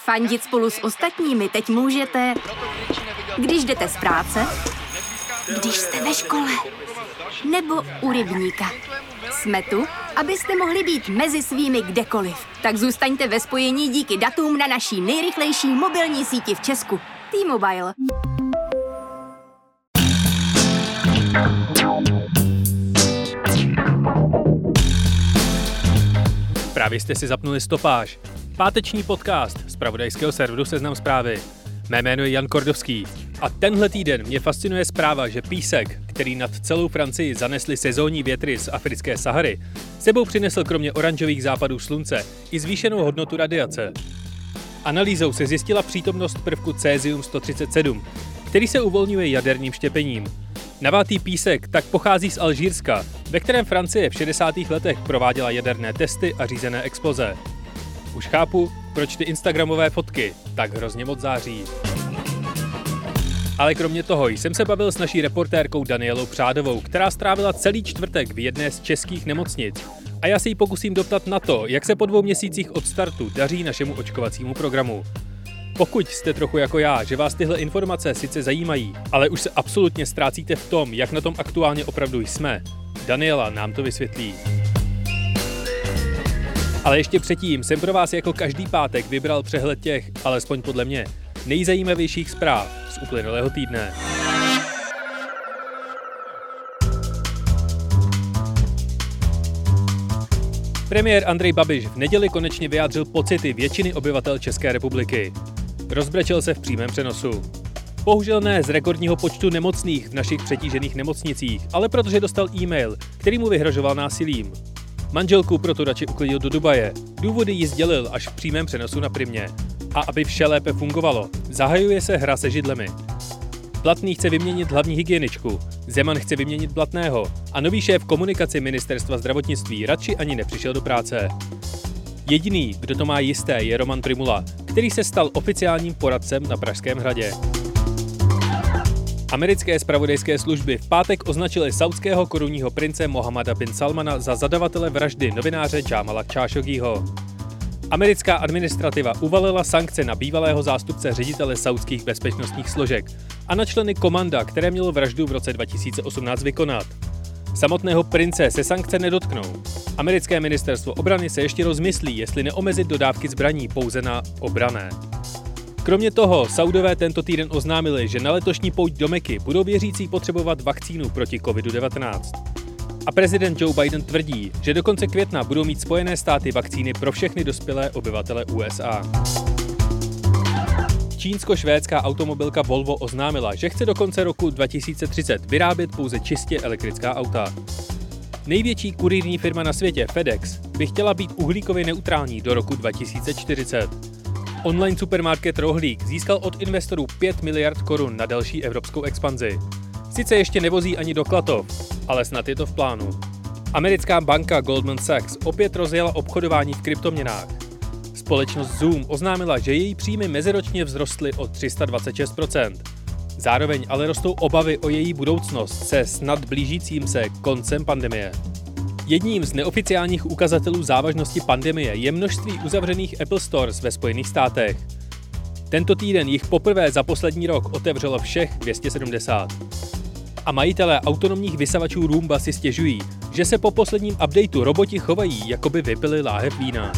Fandit spolu s ostatními teď můžete, když jdete z práce, když jste ve škole, nebo u rybníka. Jsme tu, abyste mohli být mezi svými kdekoliv. Tak zůstaňte ve spojení díky datům na naší nejrychlejší mobilní síti v Česku. T-Mobile. Právě jste si zapnuli Stopáž, páteční podcast z zpravodajského serveru Seznam Zprávy. Mé jméno je Jan Kordovský a tenhle týden mě fascinuje zpráva, že písek, který nad celou Francii zanesly sezónní větry z africké Sahary, sebou přinesl kromě oranžových západů slunce i zvýšenou hodnotu radiace. Analýzou se zjistila přítomnost prvku cézium-137, který se uvolňuje jaderním štěpením. Navátý písek tak pochází z Alžírska, ve kterém Francie v 60. letech prováděla jaderné testy a řízené exploze. Už chápu, proč ty instagramové fotky tak hrozně moc září. Ale kromě toho jsem se bavil s naší reportérkou Danielou Přádovou, která strávila celý čtvrtek v jedné z českých nemocnic. A já se jí pokusím doptat na to, jak se po 2 měsících od startu daří našemu očkovacímu programu. Pokud jste trochu jako já, že vás tyhle informace sice zajímají, ale už se absolutně ztrácíte v tom, jak na tom aktuálně opravdu jsme, Daniela nám to vysvětlí. Ale ještě předtím jsem pro vás jako každý pátek vybral přehled těch, alespoň podle mě, nejzajímavějších zpráv z uplynulého týdne. Premiér Andrej Babiš v neděli konečně vyjádřil pocity většiny obyvatel České republiky. Rozbrečel se v přímém přenosu. Bohužel ne z rekordního počtu nemocných v našich přetížených nemocnicích, ale protože dostal e-mail, který mu vyhrožoval násilím. Manželku proto radši uklidil do Dubaje. Důvody jí sdělil až v přímém přenosu na Primě. A aby vše lépe fungovalo, zahajuje se hra se židlemi. Blatný chce vyměnit hlavní hygieničku, Zeman chce vyměnit Blatného a nový šéf komunikaci ministerstva zdravotnictví radši ani nepřišel do práce. Jediný, kdo to má jisté, je Roman Prymula, který se stal oficiálním poradcem na Pražském hradě. Americké zpravodajské služby v pátek označily saudského korunního prince Mohammada bin Salmana za zadavatele vraždy novináře Jamala Khashoggiho. Americká administrativa uvalila sankce na bývalého zástupce ředitele saudských bezpečnostních složek a na členy komanda, které mělo vraždu v roce 2018 vykonat. Samotného prince se sankce nedotknou. Americké ministerstvo obrany se ještě rozmyslí, jestli neomezit dodávky zbraní pouze na obranné. Kromě toho Saudové tento týden oznámili, že na letošní pouť do Meky budou věřící potřebovat vakcínu proti COVID-19. A prezident Joe Biden tvrdí, že do konce května budou mít Spojené státy vakcíny pro všechny dospělé obyvatele USA. Čínsko-švédská automobilka Volvo oznámila, že chce do konce roku 2030 vyrábět pouze čistě elektrická auta. Největší kurýrní firma na světě, FedEx, by chtěla být uhlíkově neutrální do roku 2040. Online supermarket Rohlík získal od investorů 5 miliard korun na další evropskou expanzi. Sice ještě nevozí ani do Klatov, ale snad je to v plánu. Americká banka Goldman Sachs opět rozjela obchodování v kryptoměnách. Společnost Zoom oznámila, že její příjmy meziročně vzrostly o 326%. Zároveň ale rostou obavy o její budoucnost se snad blížícím se koncem pandemie. Jedním z neoficiálních ukazatelů závažnosti pandemie je množství uzavřených Apple Stores ve Spojených státech. Tento týden jich poprvé za poslední rok otevřelo všech 270. A majitelé autonomních vysavačů Roomba si stěžují, že se po posledním updateu roboti chovají, jako by vypili láhev vína.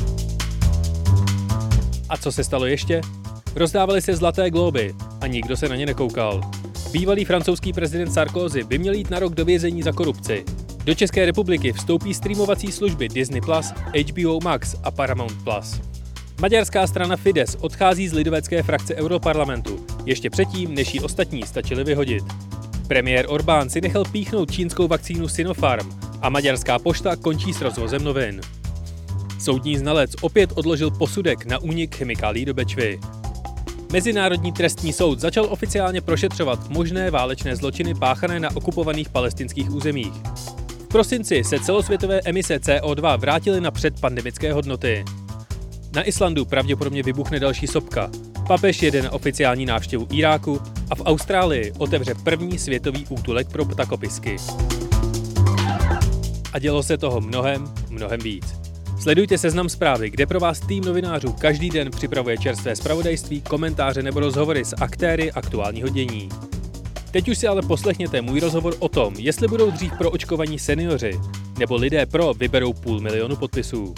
A co se stalo ještě? Rozdávaly se zlaté glóby a nikdo se na ně nekoukal. Bývalý francouzský prezident Sarkozy by měl jít na rok do vězení za korupci. Do České republiky vstoupí streamovací služby Disney+, HBO Max a Paramount+. Maďarská strana Fidesz odchází z lidovecké frakce Europarlamentu, ještě předtím, než ji ostatní stačili vyhodit. Premiér Orbán si nechal píchnout čínskou vakcínu Sinopharm a maďarská pošta končí s rozvozem novin. Soudní znalec opět odložil posudek na únik chemikálií do Bečvy. Mezinárodní trestní soud začal oficiálně prošetřovat možné válečné zločiny páchané na okupovaných palestinských územích. V prosinci se celosvětové emise CO2 vrátily na předpandemické hodnoty. Na Islandu pravděpodobně vybuchne další sopka. Papež jede na oficiální návštěvu Iráku a v Austrálii otevře první světový útulek pro ptakopisky. A dělo se toho mnohem víc. Sledujte Seznam Zprávy, kde pro vás tým novinářů každý den připravuje čerstvé zpravodajství, komentáře nebo rozhovory s aktéry aktuálního dění. Teď už si ale poslechněte můj rozhovor o tom, jestli budou dřív proočkovaní seniori, nebo lidé pro vyberou 500 000 podpisů.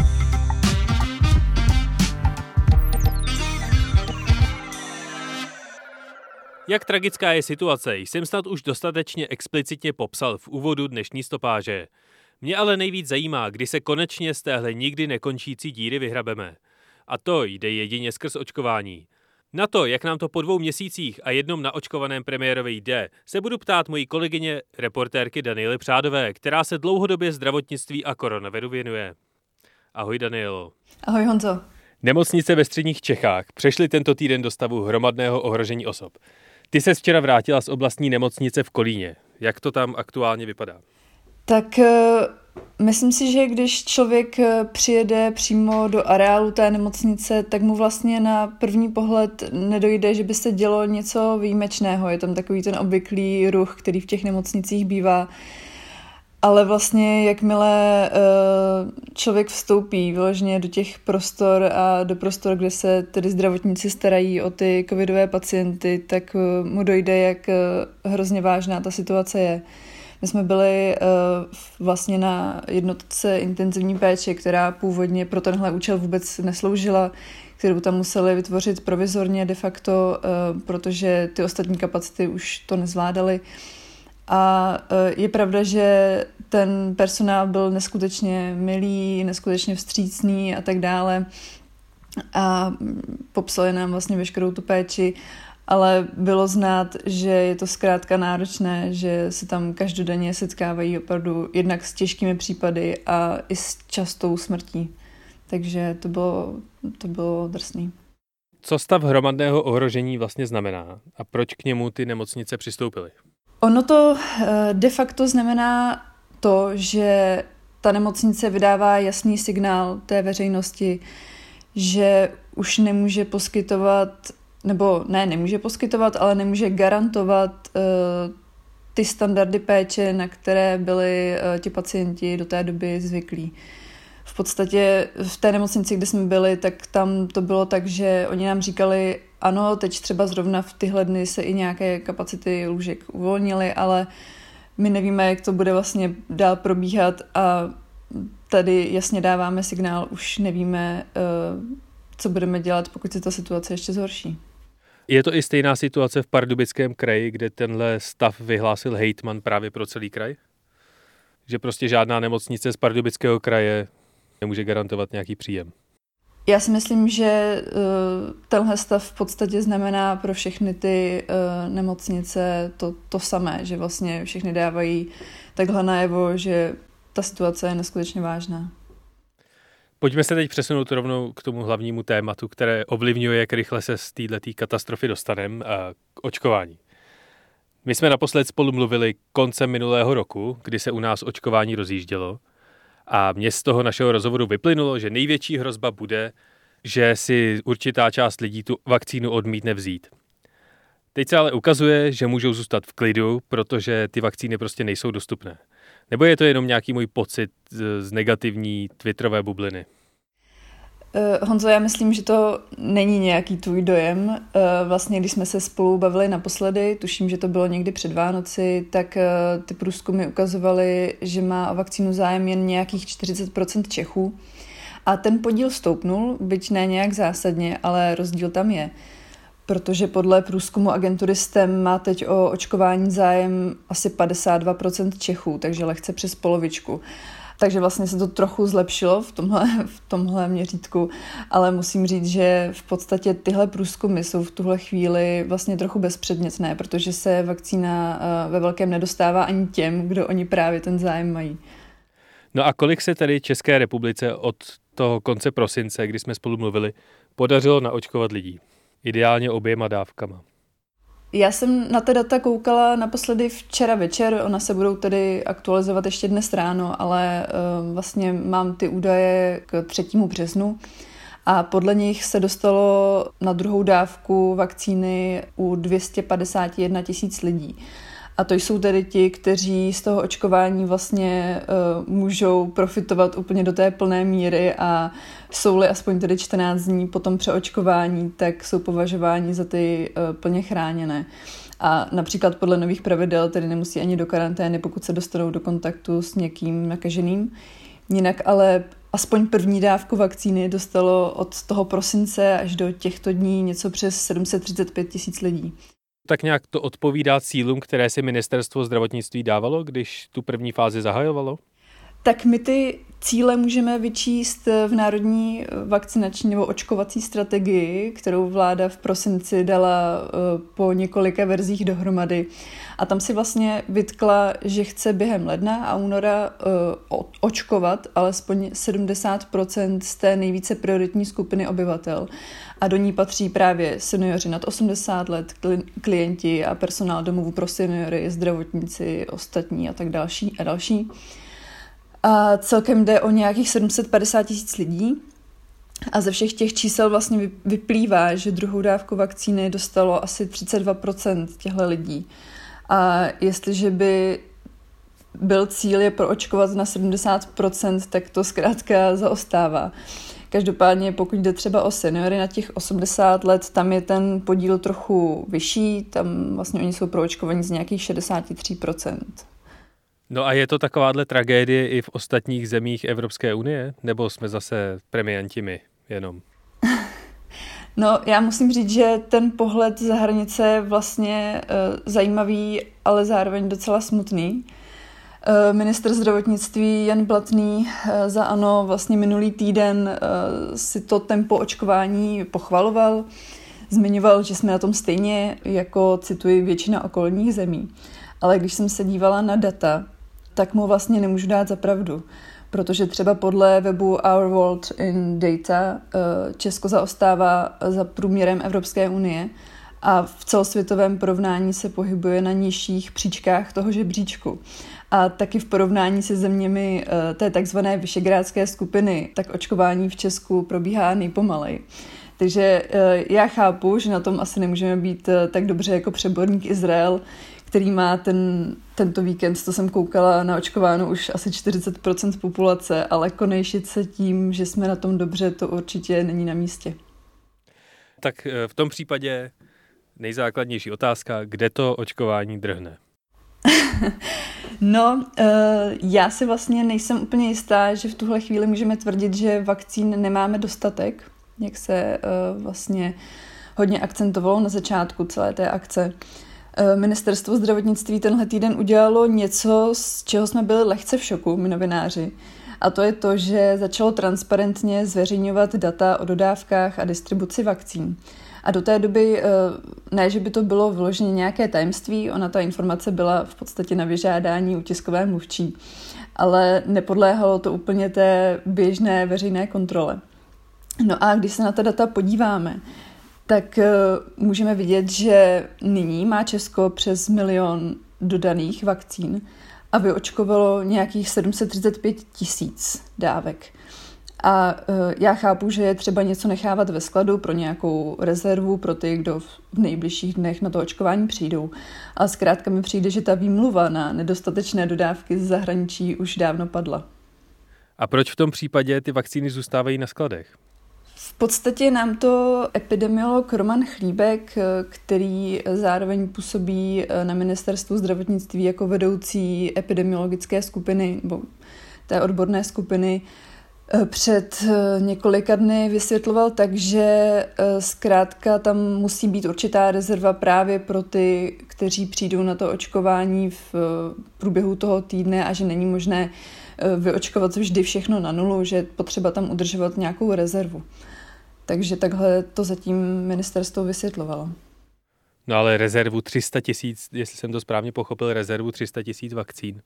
Jak tragická je situace, jsem snad už dostatečně explicitně popsal v úvodu dnešní stopáže. Mě ale nejvíc zajímá, kdy se konečně z téhle nikdy nekončící díry vyhrabeme. A to jde jedině skrz očkování. Na to, jak nám to po 2 měsících a jednom naočkovaném premiérovi jde, se budu ptát mojí kolegyně, reportérky Daniely Přádové, která se dlouhodobě zdravotnictví a koronaviru věnuje. Ahoj Danielo. Ahoj Honzo. Nemocnice ve středních Čechách přešly tento týden do stavu hromadného ohrožení osob. Ty ses včera vrátila z oblastní nemocnice v Kolíně. Jak to tam aktuálně vypadá? Tak myslím si, že když člověk přijede přímo do areálu té nemocnice, tak mu vlastně na první pohled nedojde, že by se dělo něco výjimečného. Je tam takový ten obvyklý ruch, který v těch nemocnicích bývá. Ale vlastně jakmile člověk vstoupí vyloženě do těch prostor a do prostor, kde se tedy zdravotníci starají o ty covidové pacienty, tak mu dojde, jak hrozně vážná ta situace je. My jsme byli vlastně na jednotce intenzivní péče, která původně pro tenhle účel vůbec nesloužila, kterou tam museli vytvořit provizorně de facto, protože ty ostatní kapacity už to nezvládaly. A je pravda, že ten personál byl neskutečně milý, neskutečně vstřícný a tak dále. A popsali nám vlastně veškerou tu péči, ale bylo znát, že je to zkrátka náročné, že se tam každodenně setkávají opravdu jednak s těžkými případy a i s častou smrtí. Takže to bylo drsný. Co stav hromadného ohrožení vlastně znamená a proč k němu ty nemocnice přistoupily? Ono to de facto znamená to, že ta nemocnice vydává jasný signál té veřejnosti, že už nemůže poskytovat, nebo ne, nemůže poskytovat, ale nemůže garantovat ty standardy péče, na které byli ti pacienti do té doby zvyklí. V podstatě v té nemocnici, kde jsme byli, tak tam to bylo tak, že oni nám říkali, ano, teď třeba zrovna v tyhle dny se i nějaké kapacity lůžek uvolnily, ale my nevíme, jak to bude vlastně dál probíhat a tady jasně dáváme signál, už nevíme, co budeme dělat, pokud se ta situace ještě zhorší. Je to i stejná situace v Pardubickém kraji, kde tenhle stav vyhlásil hejtman právě pro celý kraj? Že prostě žádná nemocnice z Pardubického kraje nemůže garantovat nějaký příjem? Já si myslím, že tenhle stav v podstatě znamená pro všechny ty nemocnice to samé, že vlastně všechny dávají takhle najevo, že ta situace je neskutečně vážná. Pojďme se teď přesunout rovnou k tomu hlavnímu tématu, které ovlivňuje, jak rychle se z této katastrofy dostaneme, k očkování. My jsme naposled spolu mluvili koncem minulého roku, kdy se u nás očkování rozjíždělo. A mně z toho našeho rozhovoru vyplynulo, že největší hrozba bude, že si určitá část lidí tu vakcínu odmítne vzít. Teď se ale ukazuje, že můžou zůstat v klidu, protože ty vakcíny prostě nejsou dostupné. Nebo je to jenom nějaký můj pocit z negativní twitterové bubliny? Honzo, já myslím, že to není nějaký tvůj dojem. Vlastně, když jsme se spolu bavili naposledy, tuším, že to bylo někdy před Vánoci, tak ty průzkumy ukazovaly, že má o vakcínu zájem jen nějakých 40% Čechů. A ten podíl stoupnul, byť ne nějak zásadně, ale rozdíl tam je. Protože podle průzkumu agentury STEM má teď o očkování zájem asi 52% Čechů, takže lehce přes polovičku. Takže vlastně se to trochu zlepšilo v tomhle měřítku, ale musím říct, že v podstatě tyhle průzkumy jsou v tuhle chvíli vlastně trochu bezpředmětné, protože se vakcína ve velkém nedostává ani těm, kdo oni právě ten zájem mají. No a kolik se tady České republice od toho konce prosince, kdy jsme spolu mluvili, podařilo naočkovat lidí? Ideálně oběma dávkama. Já jsem na ta data koukala naposledy včera večer, ona se budou tedy aktualizovat ještě dnes ráno, ale vlastně mám ty údaje k 3. březnu a podle nich se dostalo na druhou dávku vakcíny u 251 000 lidí. A to jsou tedy ti, kteří z toho očkování vlastně můžou profitovat úplně do té plné míry a jsou-li aspoň tedy 14 dní po tom přeočkování, tak jsou považováni za ty plně chráněné. A například podle nových pravidel tedy nemusí ani do karantény, pokud se dostanou do kontaktu s někým nakaženým. Jinak ale aspoň první dávku vakcíny dostalo od toho prosince až do těchto dní něco přes 735 000 lidí. Tak nějak to odpovídá cílům, které si ministerstvo zdravotnictví dávalo, když tu první fázi zahajovalo? Tak my ty cíle můžeme vyčíst v národní vakcinační nebo očkovací strategii, kterou vláda v prosinci dala po několika verzích dohromady. A tam si vlastně vytkla, že chce během ledna a února očkovat alespoň 70% z té nejvíce prioritní skupiny obyvatel. A do ní patří právě seniori nad 80 let, klienti a personál domovů pro seniory, zdravotníci, ostatní a tak další. A celkem jde o nějakých 750 000 lidí. A ze všech těch čísel vlastně vyplývá, že druhou dávku vakcíny dostalo asi 32% těchto lidí. A jestliže by byl cíl je proočkovat na 70%, tak to zkrátka zaostává. Každopádně pokud jde třeba o seniory na těch 80 let, tam je ten podíl trochu vyšší, tam vlastně oni jsou proočkovaní z nějakých 63%. No a je to takováhle tragédie i v ostatních zemích Evropské unie? Nebo jsme zase premianti my jenom? No, já musím říct, že ten pohled za hranice je vlastně zajímavý, ale zároveň docela smutný. Ministr zdravotnictví Jan Blatný za ANO vlastně minulý týden si to tempo očkování pochvaloval. Zmiňoval, že jsme na tom stejně jako, cituji, většina okolních zemí. Ale když jsem se dívala na data, tak mu vlastně nemůžu dát za pravdu. Protože třeba podle webu Our World in Data Česko zaostává za průměrem Evropské unie a v celosvětovém porovnání se pohybuje na nižších příčkách toho žebříčku. A taky v porovnání se zeměmi té takzvané visegrádské skupiny, tak očkování v Česku probíhá nejpomalej. Takže já chápu, že na tom asi nemůžeme být tak dobře jako přeborník Izrael, který má tento víkend, co jsem koukala, naočkováno už asi 40% populace, ale konejšit se tím, že jsme na tom dobře, to určitě není na místě. Tak v tom případě nejzákladnější otázka, kde to očkování drhne? No, já si vlastně nejsem úplně jistá, že v tuhle chvíli můžeme tvrdit, že vakcín nemáme dostatek, jak se vlastně hodně akcentovalo na začátku celé té akce. Ministerstvo zdravotnictví tenhle týden udělalo něco, z čeho jsme byli lehce v šoku, my novináři. A to je to, že začalo transparentně zveřejňovat data o dodávkách a distribuci vakcín. A do té doby, ne, že by to bylo vyloženě nějaké tajemství, ona ta informace byla v podstatě na vyžádání u tiskové mluvčí, ale nepodléhalo to úplně té běžné veřejné kontrole. No a když se na ta data podíváme, tak můžeme vidět, že nyní má Česko přes 1 000 000 dodaných vakcín a vyočkovalo nějakých 735 000 dávek. A já chápu, že je třeba něco nechávat ve skladu pro nějakou rezervu pro ty, kdo v nejbližších dnech na to očkování přijdou. Ale zkrátka mi přijde, že ta výmluva na nedostatečné dodávky z zahraničí už dávno padla. A proč v tom případě ty vakcíny zůstávají na skladech? V podstatě nám to epidemiolog Roman Chlíbek, který zároveň působí na ministerstvu zdravotnictví jako vedoucí epidemiologické skupiny, nebo té odborné skupiny, před několika dny vysvětloval tak, že zkrátka tam musí být určitá rezerva právě pro ty, kteří přijdou na to očkování v průběhu toho týdne a že není možné vyočkovat vždy všechno na nulu, že je potřeba tam udržovat nějakou rezervu. Takže takhle to zatím ministerstvo vysvětlovalo. No ale rezervu 300 000, jestli jsem to správně pochopil, rezervu 300 000 vakcín.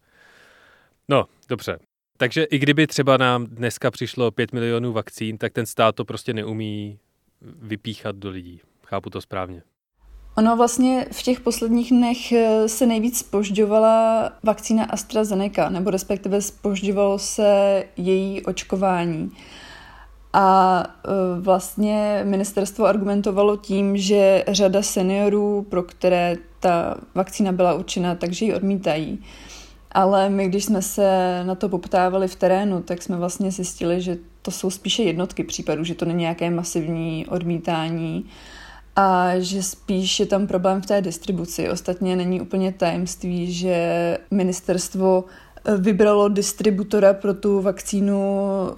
No, dobře. Takže i kdyby třeba nám dneska přišlo 5 milionů vakcín, tak ten stát to prostě neumí vypíchat do lidí. Chápu to správně. Ono vlastně v těch posledních dnech se nejvíc zpožďovala vakcína AstraZeneca, nebo respektive zpožďovalo se její očkování. A vlastně ministerstvo argumentovalo tím, že řada seniorů, pro které ta vakcína byla určena, takže ji odmítají. Ale my, když jsme se na to poptávali v terénu, tak jsme vlastně zjistili, že to jsou spíše jednotky případů, že to není nějaké masivní odmítání a že spíš je tam problém v té distribuci. Ostatně není úplně tajemství, že ministerstvo vybralo distributora pro tu vakcínu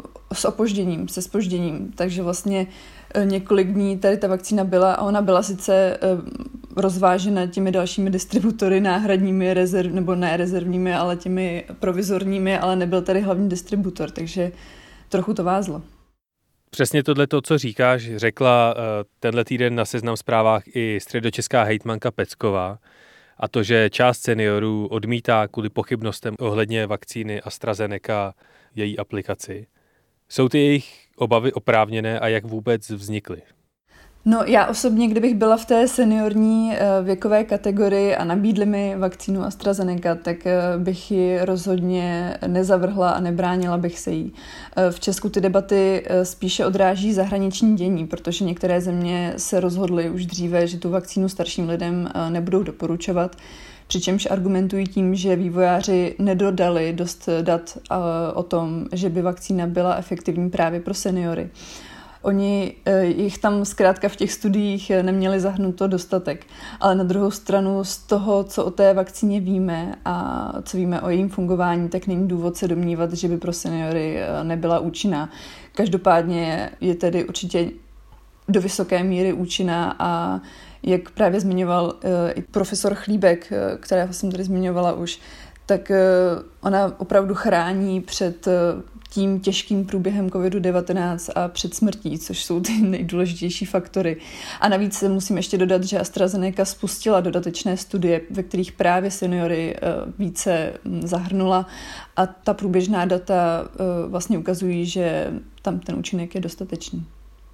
se zpožděním. Takže vlastně několik dní tady ta vakcína byla a ona byla sice rozvážena těmi dalšími distributory náhradními, nebo ne rezervními, ale těmi provizorními, ale nebyl tady hlavní distributor, takže trochu to vázlo. Přesně tohleto, co říkáš, řekla tenhle týden na Seznam Zprávách i středočeská hejtmanka Pecková, a to, že část seniorů odmítá kvůli pochybnostem ohledně vakcíny AstraZeneca její aplikaci. Jsou ty jejich obavy oprávněné a jak vůbec vznikly? No já osobně, kdybych byla v té seniorní věkové kategorii a nabídli mi vakcínu AstraZeneca, tak bych ji rozhodně nezavrhla a nebránila bych se jí. V Česku ty debaty spíše odráží zahraniční dění, protože některé země se rozhodly už dříve, že tu vakcínu starším lidem nebudou doporučovat, přičemž argumentují tím, že vývojáři nedodali dost dat o tom, že by vakcína byla efektivní právě pro seniory. Oni jich tam zkrátka v těch studiích neměli zahrnuto dostatek. Ale na druhou stranu z toho, co o té vakcíně víme a co víme o jejím fungování, tak není důvod se domnívat, že by pro seniory nebyla účinná. Každopádně je tedy určitě do vysoké míry účinná a jak právě zmiňoval i profesor Chlíbek, kterého jsem tady zmiňovala už, tak ona opravdu chrání před tím těžkým průběhem COVID-19 a před smrtí, což jsou ty nejdůležitější faktory. A navíc musím ještě dodat, že AstraZeneca spustila dodatečné studie, ve kterých právě seniory více zahrnula a ta průběžná data vlastně ukazují, že tam ten účinek je dostatečný.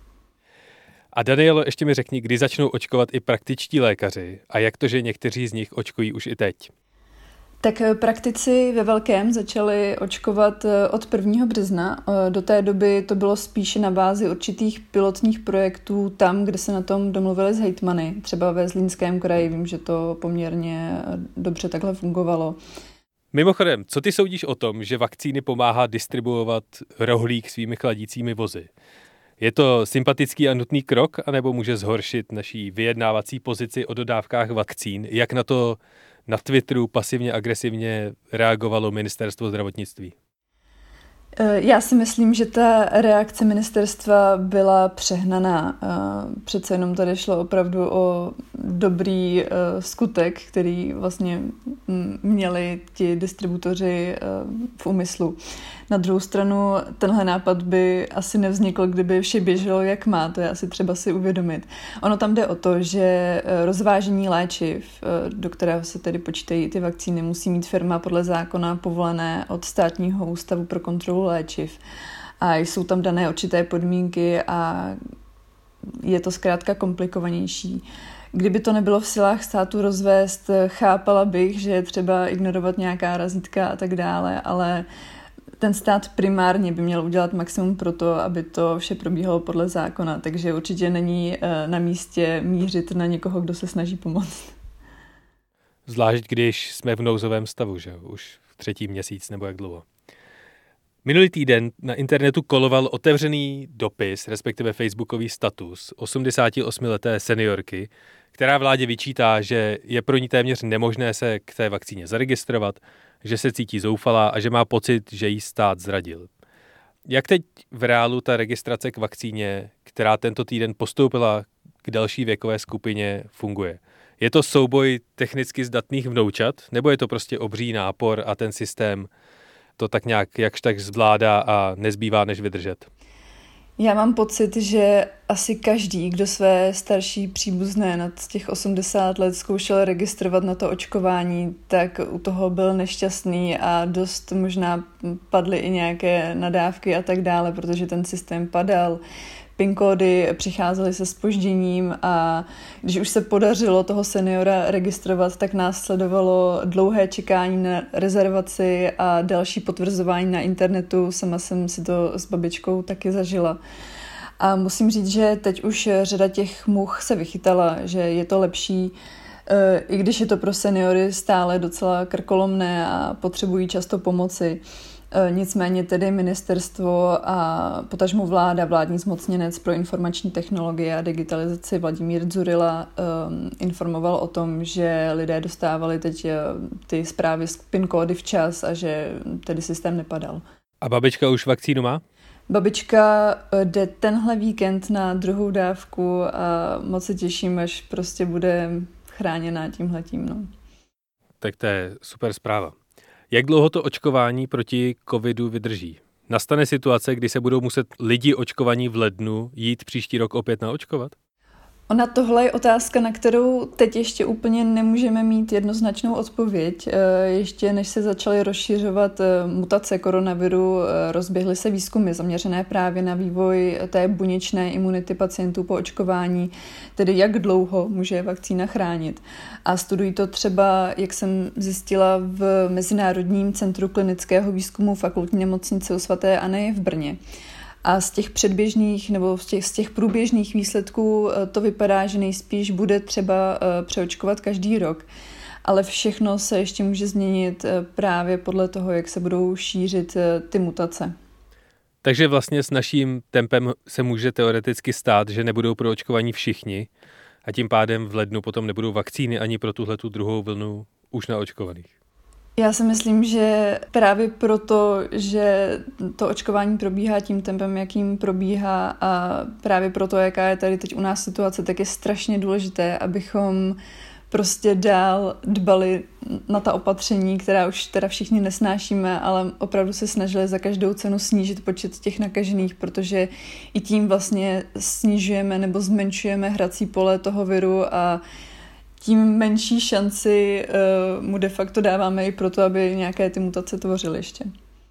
A Danielo, ještě mi řekni, kdy začnou očkovat i praktičtí lékaři a jak to, že někteří z nich očkují už i teď? Tak praktici ve velkém začali očkovat od 1. března. Do té doby to bylo spíše na bázi určitých pilotních projektů tam, kde se na tom domluvili s hejtmany. Třeba ve Zlínském kraji vím, že to poměrně dobře takhle fungovalo. Mimochodem, co ty soudíš o tom, že vakcíny pomáhá distribuovat rohlík svými chladícími vozy? Je to sympatický a nutný krok, anebo může zhoršit naší vyjednávací pozici o dodávkách vakcín? Jak na to na Twitteru pasivně agresivně reagovalo ministerstvo zdravotnictví? Já si myslím, že ta reakce ministerstva byla přehnaná. Přece jenom tady šlo opravdu o dobrý skutek, který vlastně měli ti distributoři v úmyslu. Na druhou stranu tenhle nápad by asi nevznikl, kdyby vše běželo jak má, to je asi třeba si uvědomit. Ono tam jde o to, že rozvážení léčiv, do kterého se tedy počítají ty vakcíny, musí mít firma podle zákona povolené od Státního ústavu pro kontrolu léčiv. A jsou tam dané určité podmínky a je to zkrátka komplikovanější. Kdyby to nebylo v silách státu rozvést, chápala bych, že je třeba ignorovat nějaká razítka a tak dále, ale ten stát primárně by měl udělat maximum pro to, aby to vše probíhalo podle zákona, takže určitě není na místě mířit na někoho, kdo se snaží pomoct. Zvlášť, když jsme v nouzovém stavu, že už v 3. měsíc nebo jak dlouho. Minulý týden na internetu koloval otevřený dopis, respektive facebookový status 88leté seniorky, která vládě vyčítá, že je pro ní téměř nemožné se k té vakcíně zaregistrovat, že se cítí zoufalá a že má pocit, že jí stát zradil. Jak teď v reálu ta registrace k vakcíně, která tento týden postoupila k další věkové skupině, funguje? Je to souboj technicky zdatných vnoučat, nebo je to prostě obří nápor a ten systém to tak nějak jakž tak zvládá a nezbývá než vydržet? Já mám pocit, že asi každý, kdo své starší příbuzné nad těch 80 let zkoušel registrovat na to očkování, tak u toho byl nešťastný a dost možná padly i nějaké nadávky a tak dále, protože ten systém padal. PIN kódy přicházely se zpožděním a když už se podařilo toho seniora registrovat, tak následovalo dlouhé čekání na rezervaci a další potvrzování na internetu. Sama jsem si to s babičkou taky zažila. A musím říct, že teď už řada těch much se vychytala, že je to lepší, i když je to pro seniory stále docela krkolomné a potřebují často pomoci. Nicméně tedy ministerstvo a potažmo vládní zmocněnec pro informační technologie a digitalizaci Vladimír Dzurilla informoval o tom, že lidé dostávali teď ty zprávy z PIN kódy včas a že tedy systém nepadal. A babička už vakcínu má? Babička jde tenhle víkend na druhou dávku a moc se těším, až prostě bude chráněná tímhletím. No. Tak to je super zpráva. Jak dlouho to očkování proti covidu vydrží? Nastane situace, kdy se budou muset lidi očkovaní v lednu jít příští rok opět naočkovat? Ona tohle je otázka, na kterou teď ještě úplně nemůžeme mít jednoznačnou odpověď. Ještě než se začaly rozšiřovat mutace koronaviru, rozběhly se výzkumy zaměřené právě na vývoj té buněčné imunity pacientů po očkování, tedy jak dlouho může vakcína chránit. A studují to třeba, jak jsem zjistila, v Mezinárodním centru klinického výzkumu Fakultní nemocnice u sv. Anny v Brně. A z těch předběžných nebo z těch průběžných výsledků to vypadá, že nejspíš bude třeba přeočkovat každý rok. Ale všechno se ještě může změnit právě podle toho, jak se budou šířit ty mutace. Takže vlastně s naším tempem se může teoreticky stát, že nebudou proočkovaní všichni a tím pádem v lednu potom nebudou vakcíny ani pro tuhletu druhou vlnu už naočkovaných. Já si myslím, že právě proto, že to očkování probíhá tím tempem, jakým probíhá a právě proto, jaká je tady teď u nás situace, tak je strašně důležité, abychom prostě dál dbali na ta opatření, která už teda všichni nesnášíme, ale opravdu se snažili za každou cenu snížit počet těch nakažených, protože i tím vlastně snižujeme nebo zmenšujeme hrací pole toho viru a tím menší šanci mu de facto dáváme i proto, aby nějaké ty mutace tvořily ještě.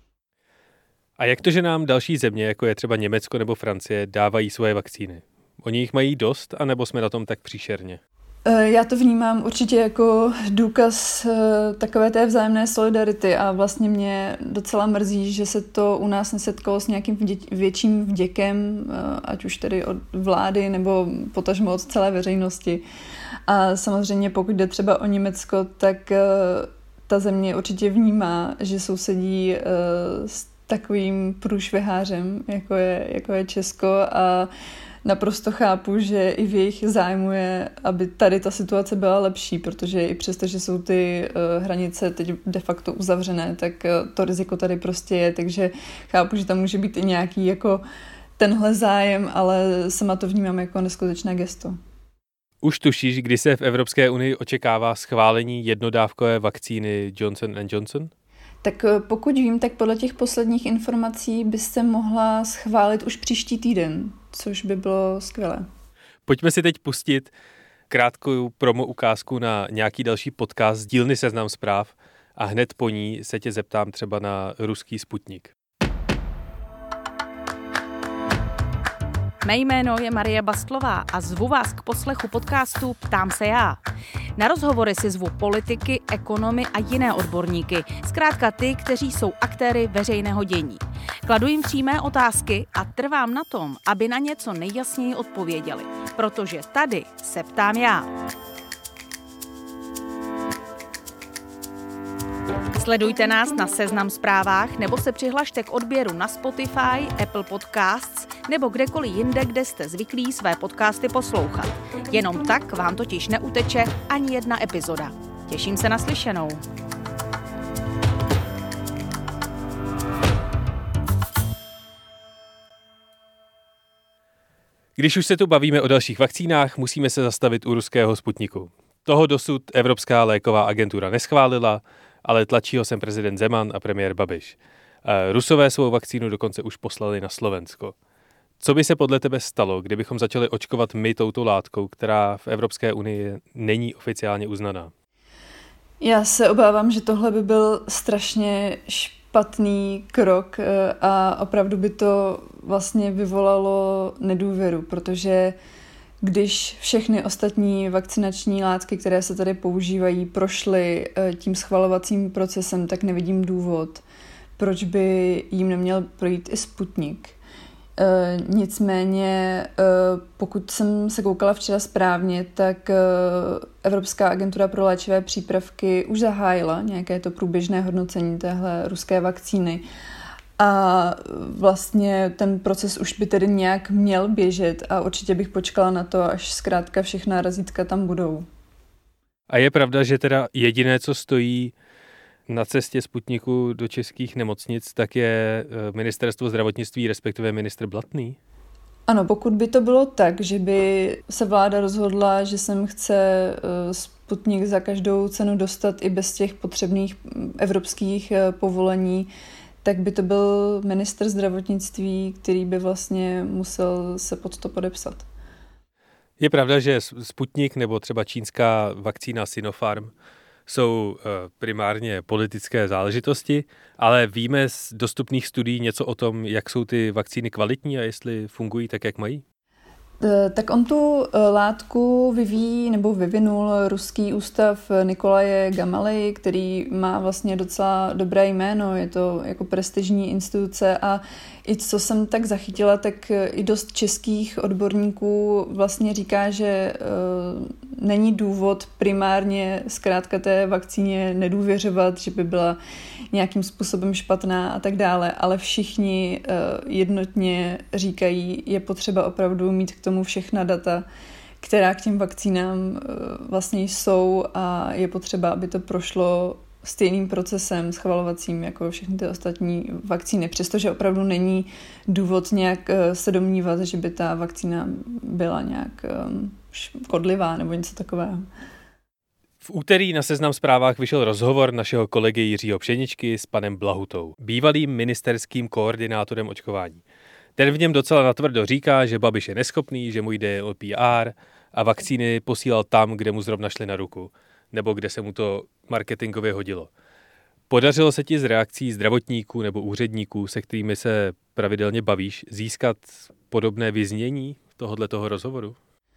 A jak to, že nám další země, jako je třeba Německo nebo Francie, dávají svoje vakcíny? Oni jich mají dost, anebo jsme na tom tak příšerně? Já to vnímám určitě jako důkaz takové té vzájemné solidarity a vlastně mě docela mrzí, že se to u nás nesetkalo s nějakým větším vděkem, ať už tedy od vlády nebo potažmo od celé veřejnosti. A samozřejmě pokud jde třeba o Německo, tak ta země určitě vnímá, že sousedí s takovým průšvihářem, jako je Česko a naprosto chápu, že i v jejich zájmu je, aby tady ta situace byla lepší, protože i přesto, že jsou ty hranice teď de facto uzavřené, tak to riziko tady prostě je, takže chápu, že tam může být i nějaký jako tenhle zájem, ale sama to vnímám jako neskutečné gesto. Už tušíš, kdy se v Evropské unii očekává schválení jednodávkové vakcíny Johnson & Johnson? Tak pokud vím, tak podle těch posledních informací by se mohla schválit už příští týden, což by bylo skvělé. Pojďme si teď pustit krátkou promo ukázku na nějaký další podcast z dílny Seznam zpráv a hned po ní se tě zeptám třeba na ruský Sputnik. Mé jméno je Marie Bastlová a zvu vás k poslechu podcastu Ptám se já. Na rozhovory si zvu politiky, ekonomy a jiné odborníky, zkrátka ty, kteří jsou aktéry veřejného dění. Kladu jim přímé otázky a trvám na tom, aby na ně co nejjasněji odpověděli, protože tady se ptám já. Sledujte nás na Seznam zprávách nebo se přihlašte k odběru na Spotify, Apple Podcasts nebo kdekoliv jinde, kde jste zvyklí své podcasty poslouchat. Jenom tak vám totiž neuteče ani jedna epizoda. Těším se na slyšenou. Když už se tu bavíme o dalších vakcínách, musíme se zastavit u ruského Sputniku. Toho dosud Evropská léková agentura neschválila, ale tlačí ho sem prezident Zeman a premiér Babiš. Rusové svou vakcínu dokonce už poslali na Slovensko. Co by se podle tebe stalo, kdybychom začali očkovat my touto látkou, která v Evropské unii není oficiálně uznaná? Já se obávám, že tohle by byl strašně špatný krok a opravdu by to vlastně vyvolalo nedůvěru, protože když všechny ostatní vakcinační látky, které se tady používají, prošly tím schvalovacím procesem, tak nevidím důvod, proč by jim neměl projít i Sputnik. Nicméně, pokud jsem se koukala včera správně, tak Evropská agentura pro léčivé přípravky už zahájila nějaké to průběžné hodnocení téhle ruské vakcíny. A vlastně ten proces už by tedy nějak měl běžet a určitě bych počkala na to, až zkrátka všechna razítka tam budou. A je pravda, že teda jediné, co stojí na cestě Sputniku do českých nemocnic, tak je ministerstvo zdravotnictví, respektive ministr Blatný? Ano, pokud by to bylo tak, že by se vláda rozhodla, že sem chce Sputnik za každou cenu dostat i bez těch potřebných evropských povolení, tak by to byl ministr zdravotnictví, který by vlastně musel se pod to podepsat. Je pravda, že Sputnik nebo třeba čínská vakcína Sinopharm jsou primárně politické záležitosti, ale víme z dostupných studií něco o tom, jak jsou ty vakcíny kvalitní a jestli fungují tak, jak mají? Tak on tu látku vyvinul ruský ústav Nikolaje Gamaly, který má vlastně docela dobré jméno, je to jako prestižní instituce a i co jsem tak zachytila, tak i dost českých odborníků vlastně říká, že není důvod primárně zkrátka té vakcíně nedůvěřovat, že by byla nějakým způsobem špatná a tak dále, ale všichni jednotně říkají, je potřeba opravdu mít k tomu všechna data, která k těm vakcínám vlastně jsou a je potřeba, aby to prošlo stejným procesem schvalovacím jako všechny ty ostatní vakcíny, přestože opravdu není důvod nějak se domnívat, že by ta vakcína byla nějak škodlivá nebo něco takového. V úterý na Seznam Zprávách vyšel rozhovor našeho kolegy Jiřího Pšeničky s panem Blahutou, bývalým ministerským koordinátorem očkování. Ten v něm docela natvrdo říká, že Babiš je neschopný, že mu jde o PR a vakcíny posílal tam, kde mu zrovna šly na ruku, nebo kde se mu to marketingově hodilo. Podařilo se ti z reakcí zdravotníků nebo úředníků, se kterými se pravidelně bavíš, získat podobné vyznění tohoto rozhovoru?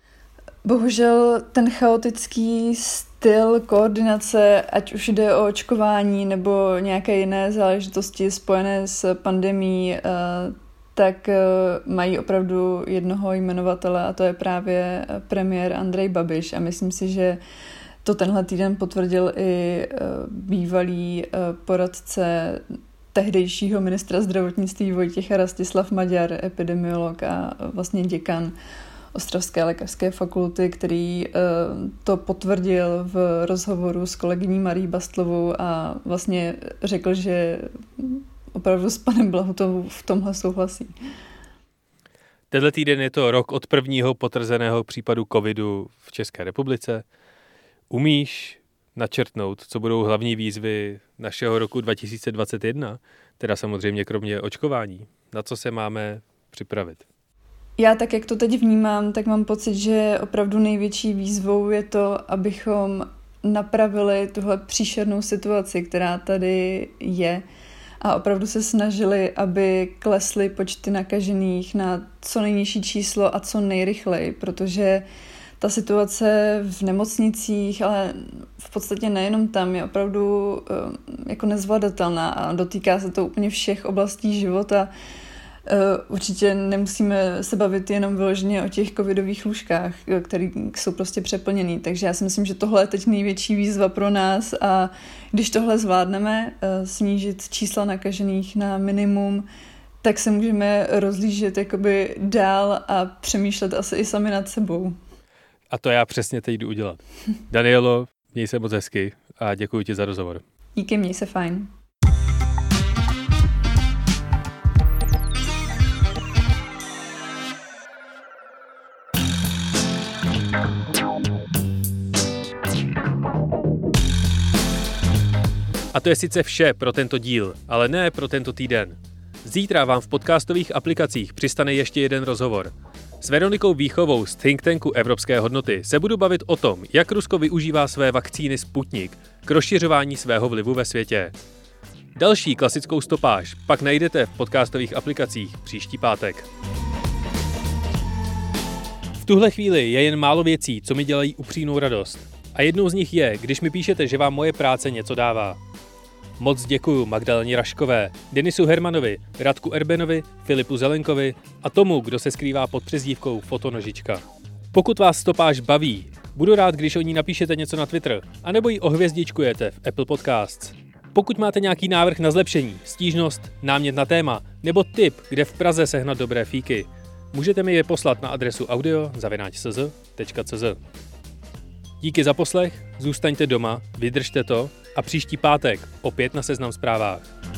Bohužel ten chaotický styl koordinace, ať už jde o očkování nebo nějaké jiné záležitosti spojené s pandemií, tak mají opravdu jednoho jmenovatele a to je právě premiér Andrej Babiš. A myslím si, že to tenhle týden potvrdil i bývalý poradce tehdejšího ministra zdravotnictví Vojtěcha Rastislav Maďar, epidemiolog a vlastně děkan Ostravské lékařské fakulty, který to potvrdil v rozhovoru s kolegyní Marií Bastlovou a vlastně řekl, že opravdu s panem Blahutou v tomhle souhlasí. Tenhle týden je to rok od prvního potvrzeného případu covidu v České republice. Umíš načrtnout, co budou hlavní výzvy našeho roku 2021, teda samozřejmě kromě očkování? Na co se máme připravit? Já tak, jak to teď vnímám, tak mám pocit, že opravdu největší výzvou je to, abychom napravili tuhle příšernou situaci, která tady je a opravdu se snažili, aby klesly počty nakažených na co nejnižší číslo a co nejrychleji, protože ta situace v nemocnicích, ale v podstatě nejenom tam, je opravdu jako nezvladatelná a dotýká se to úplně všech oblastí života. Určitě nemusíme se bavit jenom vyloženě o těch covidových lůžkách, které jsou prostě přeplněný. Takže já si myslím, že tohle je teď největší výzva pro nás a když tohle zvládneme, snížit čísla nakažených na minimum, tak se můžeme rozlížet jakoby dál a přemýšlet asi i sami nad sebou. A to já přesně teď jdu udělat. Danielo, měj se moc hezky a děkuji ti za rozhovor. Díky, měj se fajn. A to je sice vše pro tento díl, ale ne pro tento týden. Zítra vám v podcastových aplikacích přistane ještě jeden rozhovor. S Veronikou Víchovou z think tanku Evropské hodnoty se budu bavit o tom, jak Rusko využívá své vakcíny Sputnik k rozšiřování svého vlivu ve světě. Další klasickou stopáž pak najdete v podcastových aplikacích příští pátek. V tuhle chvíli je jen málo věcí, co mi dělají upřímnou radost. A jednou z nich je, když mi píšete, že vám moje práce něco dává. Moc děkuju Magdaleně Raškové, Denisu Hermanovi, Radku Erbenovi, Filipu Zelenkovi a tomu, kdo se skrývá pod přezdívkou Fotonožička. Pokud vás stopáž baví, budu rád, když o ní napíšete něco na Twitter, anebo ji ohvězdičkujete v Apple Podcasts. Pokud máte nějaký návrh na zlepšení, stížnost, námět na téma nebo tip, kde v Praze sehnat dobré fíky, můžete mi je poslat na adresu audio@cz.cz. Díky za poslech, zůstaňte doma, vydržte to a příští pátek opět na Seznam Zprávách.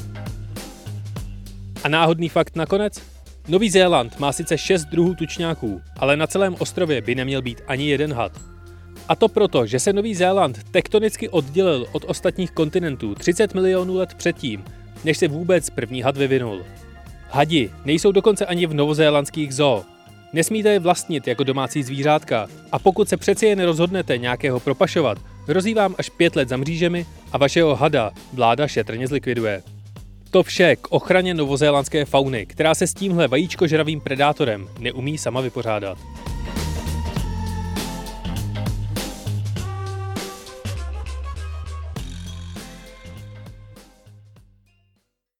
A náhodný fakt nakonec? Nový Zéland má sice 6 druhů tučňáků, ale na celém ostrově by neměl být ani jeden had. A to proto, že se Nový Zéland tektonicky oddělil od ostatních kontinentů 30 milionů let předtím, než se vůbec první had vyvinul. Hadi nejsou dokonce ani v novozélandských zoo. Nesmíte je vlastnit jako domácí zvířátka a pokud se přeci jen rozhodnete nějakého propašovat, hrozí vám až 5 let za mřížemi a vašeho hada vláda šetrně zlikviduje. To vše k ochraně novozélandské fauny, která se s tímhle vajíčkožravým predátorem neumí sama vypořádat.